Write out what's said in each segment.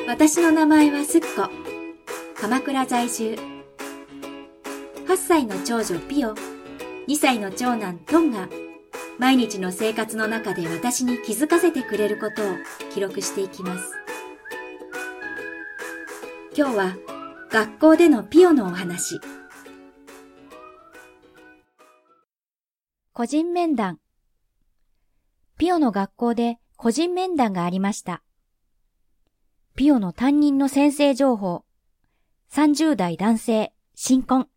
私の名前はすっこ。鎌倉在住。8歳の長女ピオ、2歳の長男トンが毎日の生活の中で私に気づかせてくれることを記録していきます。今日は学校でのピオのお話。 個人面談。ピオの学校で個人面談がありました。ピオの担任の先生情報。30代男性、新婚。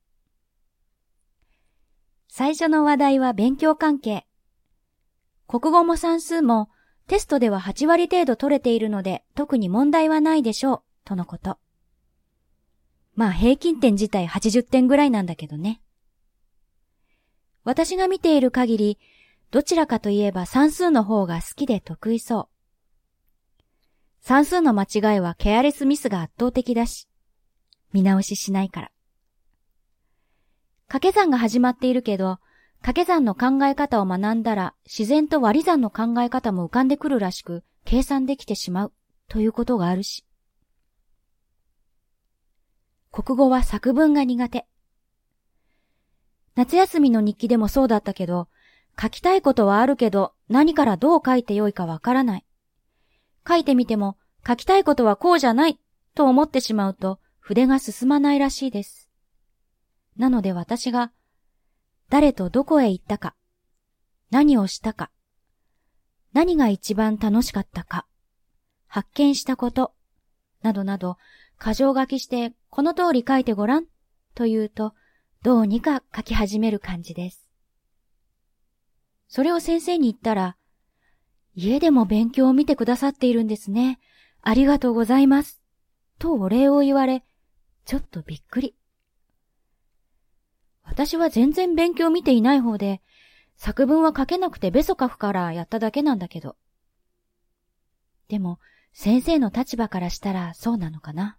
最初の話題は勉強関係。国語も算数もテストでは8割程度取れているので特に問題はないでしょう、とのこと。まあ平均点自体80点ぐらいなんだけどね。私が見ている限り、どちらかといえば算数の方が好きで得意そう。算数の間違いはケアレスミスが圧倒的だし、見直ししないから。掛け算が始まっているけど、掛け算の考え方を学んだら自然と割り算の考え方も浮かんでくるらしく、計算できてしまうということがあるし。国語は作文が苦手。夏休みの日記でもそうだったけど、書きたいことはあるけど何からどう書いてよいかわからない。書いてみても書きたいことはこうじゃないと思ってしまうと筆が進まないらしいです。なので私が誰とどこへ行ったか、何をしたか、何が一番楽しかったか、発見したこと、などなど箇条書きしてこの通り書いてごらんと言うとどうにか書き始める感じです。それを先生に言ったら、家でも勉強を見てくださっているんですね。ありがとうございます。とお礼を言われ、ちょっとびっくり。私は全然勉強見ていない方で、作文は書けなくてベソ書くからやっただけなんだけど。でも、先生の立場からしたらそうなのかな。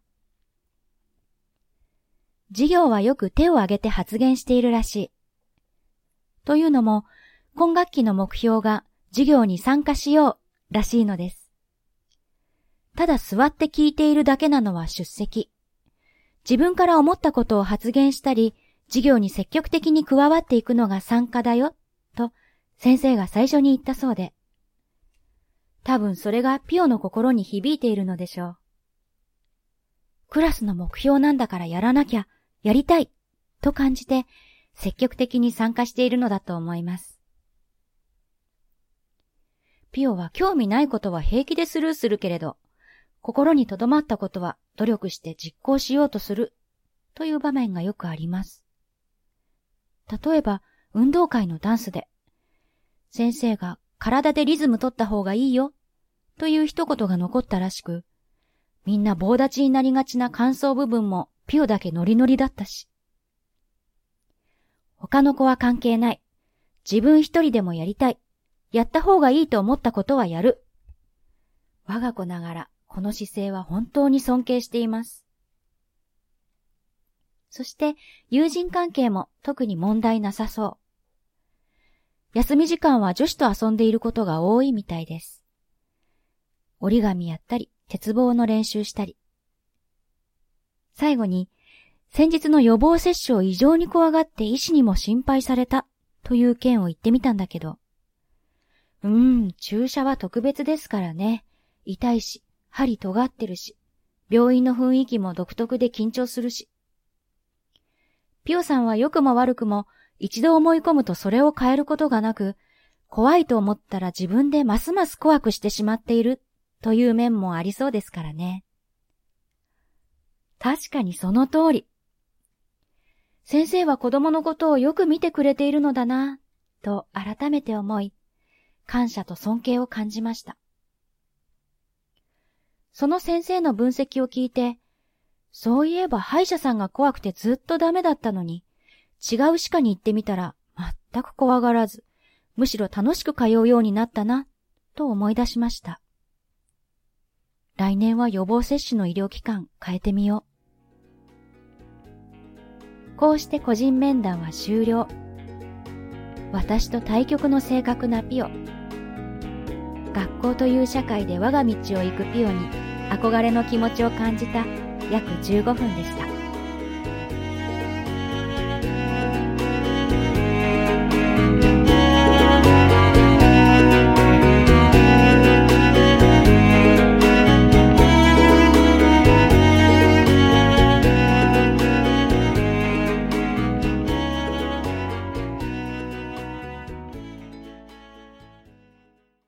授業はよく手を挙げて発言しているらしい。というのも、今学期の目標が授業に参加しようらしいのです。ただ座って聞いているだけなのは出席。自分から思ったことを発言したり、授業に積極的に加わっていくのが参加だよ、と先生が最初に言ったそうで。多分それがピオの心に響いているのでしょう。クラスの目標なんだからやらなきゃ、やりたい、と感じて積極的に参加しているのだと思います。ピオは興味ないことは平気でスルーするけれど、心に留まったことは努力して実行しようとするという場面がよくあります。例えば、運動会のダンスで、先生が体でリズム取った方がいいよという一言が残ったらしく、みんな棒立ちになりがちな感想部分もピオだけノリノリだったし。他の子は関係ない。自分一人でもやりたい。やった方がいいと思ったことはやる。我が子ながらこの姿勢は本当に尊敬しています。そして友人関係も特に問題なさそう。休み時間は女子と遊んでいることが多いみたいです。折り紙やったり、鉄棒の練習したり。最後に、先日の予防接種を異常に怖がって医師にも心配されたという件を言ってみたんだけど、注射は特別ですからね。痛いし、針尖ってるし、病院の雰囲気も独特で緊張するし。ピオさんは良くも悪くも一度思い込むとそれを変えることがなく、怖いと思ったら自分でますます怖くしてしまっているという面もありそうですからね。確かにその通り。先生は子供のことをよく見てくれているのだな、と改めて思い、感謝と尊敬を感じました。その先生の分析を聞いて、そういえば歯医者さんが怖くてずっとダメだったのに、違う歯科に行ってみたら全く怖がらず、むしろ楽しく通うようになったな、と思い出しました。来年は予防接種の医療機関変えてみよう。こうして個人面談は終了。私と対極の性格なピオ。学校という社会で我が道を行くピオに憧れの気持ちを感じた約15分でした。